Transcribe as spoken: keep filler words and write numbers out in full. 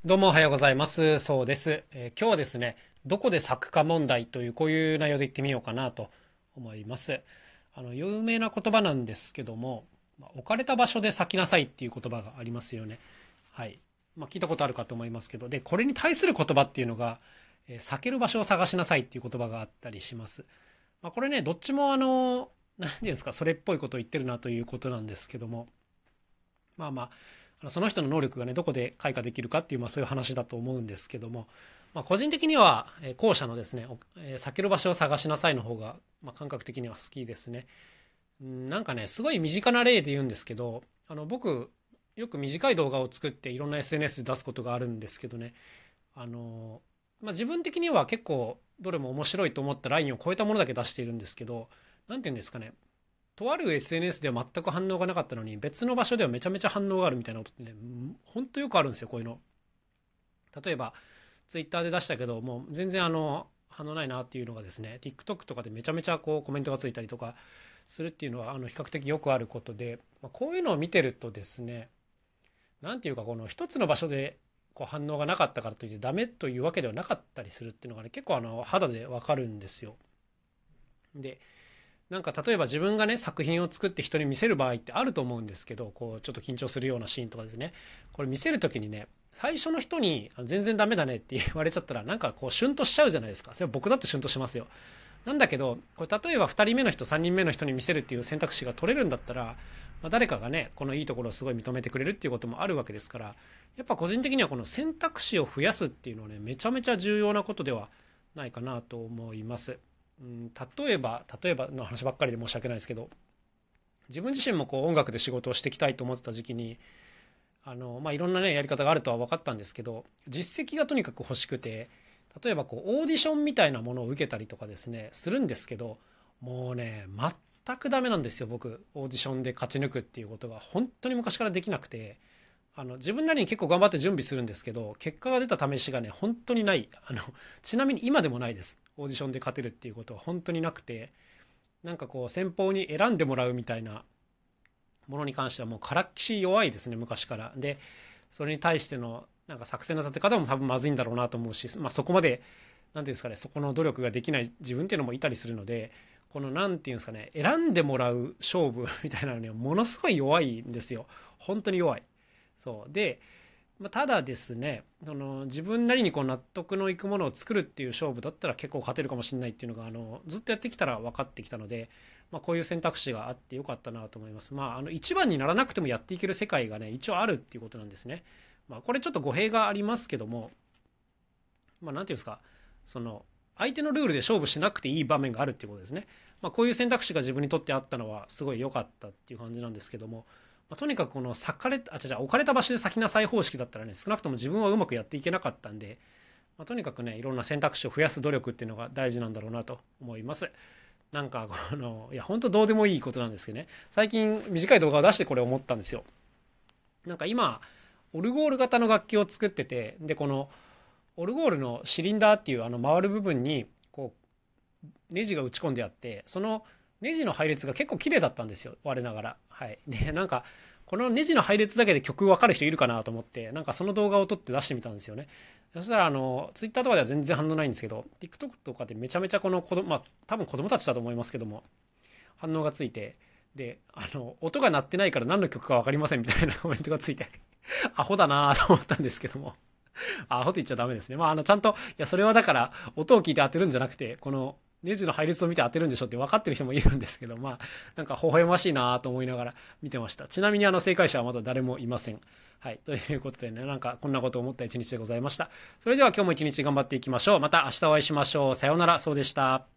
どうもおはようございます。そうです。えー今日はですね、どこで咲くか問題というこういう内容で言ってみようかなと思います。あの、有名な言葉なんですけども、まあ置かれた場所で咲きなさいっていう言葉がありますよね。はい。まあ、聞いたことあるかと思いますけど、で、これに対する言葉っていうのが、えー咲ける場所を探しなさいっていう言葉があったりします。まあ、これね、どっちもあの、何ていうんですか、それっぽいことを言ってるなということなんですけども、まあまあ、あのその人の能力がね、どこで開花できるかっていう、まあそういう話だと思うんですけども、まあ個人的には、えー後者のですね、おえー避ける場所を探しなさいの方が、まあ感覚的には好きですね。うんなんかね、すごい身近な例で言うんですけど、あの僕、よく短い動画を作っていろんな エスエヌエス で出すことがあるんですけどね、あの、まあ自分的には結構どれも面白いと思ったラインを超えたものだけ出しているんですけど、なんて言うんですかね、とある エスエヌエス では全く反応がなかったのに別の場所ではめちゃめちゃ反応があるみたいなことってね、ほんとよくあるんですよ、こういうの。例えばツイッターで出したけどもう全然あの反応ないなっていうのがですね、 TikTok とかでめちゃめちゃこうコメントがついたりとかするっていうのはあの比較的よくあることで、まあ、こういうのを見てるとですね、なんていうか、この一つの場所でこう反応がなかったからといってダメというわけではなかったりするっていうのがね、結構あの肌でわかるんですよ。で、なんか例えば自分がね作品を作って人に見せる場合ってあると思うんですけど、こうちょっと緊張するようなシーンとかですね、これ見せる時にね、最初の人に全然ダメだねって言われちゃったらなんかこうシュンとしちゃうじゃないですか。それは僕だってシュンとしますよ。なんだけど、これ例えばふたりめの人さんにんめの人に見せるっていう選択肢が取れるんだったら、まあ、誰かがねこのいいところをすごい認めてくれるっていうこともあるわけですから、やっぱ個人的にはこの選択肢を増やすっていうのはね、めちゃめちゃ重要なことではないかなと思います。うん、例えば例えばの話ばっかりで申し訳ないですけど、自分自身もこう音楽で仕事をしていきたいと思ってた時期に、あの、まあ、いろんなねやり方があるとは分かったんですけど、実績がとにかく欲しくて、例えばこうオーディションみたいなものを受けたりとかですねするんですけど、もうね全くダメなんですよ。僕オーディションで勝ち抜くっていうことが本当に昔からできなくて、あの自分なりに結構頑張って準備するんですけど、結果が出た試しがね本当にない。あのちなみに今でもないです。オーディションで勝てるっていうことは本当になくて、なんかこう先方に選んでもらうみたいなものに関してはもうからっきし弱いですね、昔から。でそれに対してのなんか作戦の立て方も多分まずいんだろうなと思うし、まあ、そこまで何ていうんですかね、そこの努力ができない自分っていうのもいたりするので、この何ていうんですかね、選んでもらう勝負みたいなのにはものすごい弱いんですよ。本当に弱い。そうで、まあ、ただですね、その自分なりにこう納得のいくものを作るっていう勝負だったら結構勝てるかもしれないっていうのがあのずっとやってきたら分かってきたので、まあ、こういう選択肢があってよかったなと思います。まあ、あの一番にならなくてもやっていける世界がね一応あるっていうことなんですね。まあ、これちょっと語弊がありますけども、まあ、なんていうんですか、その相手のルールで勝負しなくていい場面があるっていうことですね。まあ、こういう選択肢が自分にとってあったのはすごい良かったっていう感じなんですけども、まあ、とにかくこの咲かれあ違う違う置かれた場所で咲きなさい方式だったらね、少なくとも自分はうまくやっていけなかったんで、まあ、とにかくねいろんな選択肢を増やす努力っていうのが大事なんだろうなと思います。なんかこのいや本当どうでもいいことなんですけどね、最近短い動画を出してこれ思ったんですよ。なんか今オルゴール型の楽器を作ってて、でこのオルゴールのシリンダーっていうあの回る部分にこうネジが打ち込んであって、そのネジの配列が結構綺麗だったんですよ、我ながら。はい。でなんかこのネジの配列だけで曲分かる人いるかなと思って、なんかその動画を撮って出してみたんですよね。そしたらあのツイッターとかでは全然反応ないんですけど、 TikTok とかでめちゃめちゃこの子供、まあ多分子供たちだと思いますけども、反応がついて、であの音が鳴ってないから何の曲か分かりませんみたいなコメントがついてアホだなと思ったんですけども、アホって言っちゃダメですね。まあ、あの、ちゃんと、いや、それはだから、音を聞いて当てるんじゃなくて、この、ネジの配列を見て当てるんでしょって分かってる人もいるんですけど、まあ、なんか微笑ましいなと思いながら見てました。ちなみに、あの、正解者はまだ誰もいません。はい。ということでね、なんか、こんなことを思った一日でございました。それでは今日も一日頑張っていきましょう。また明日お会いしましょう。さようなら。そうでした。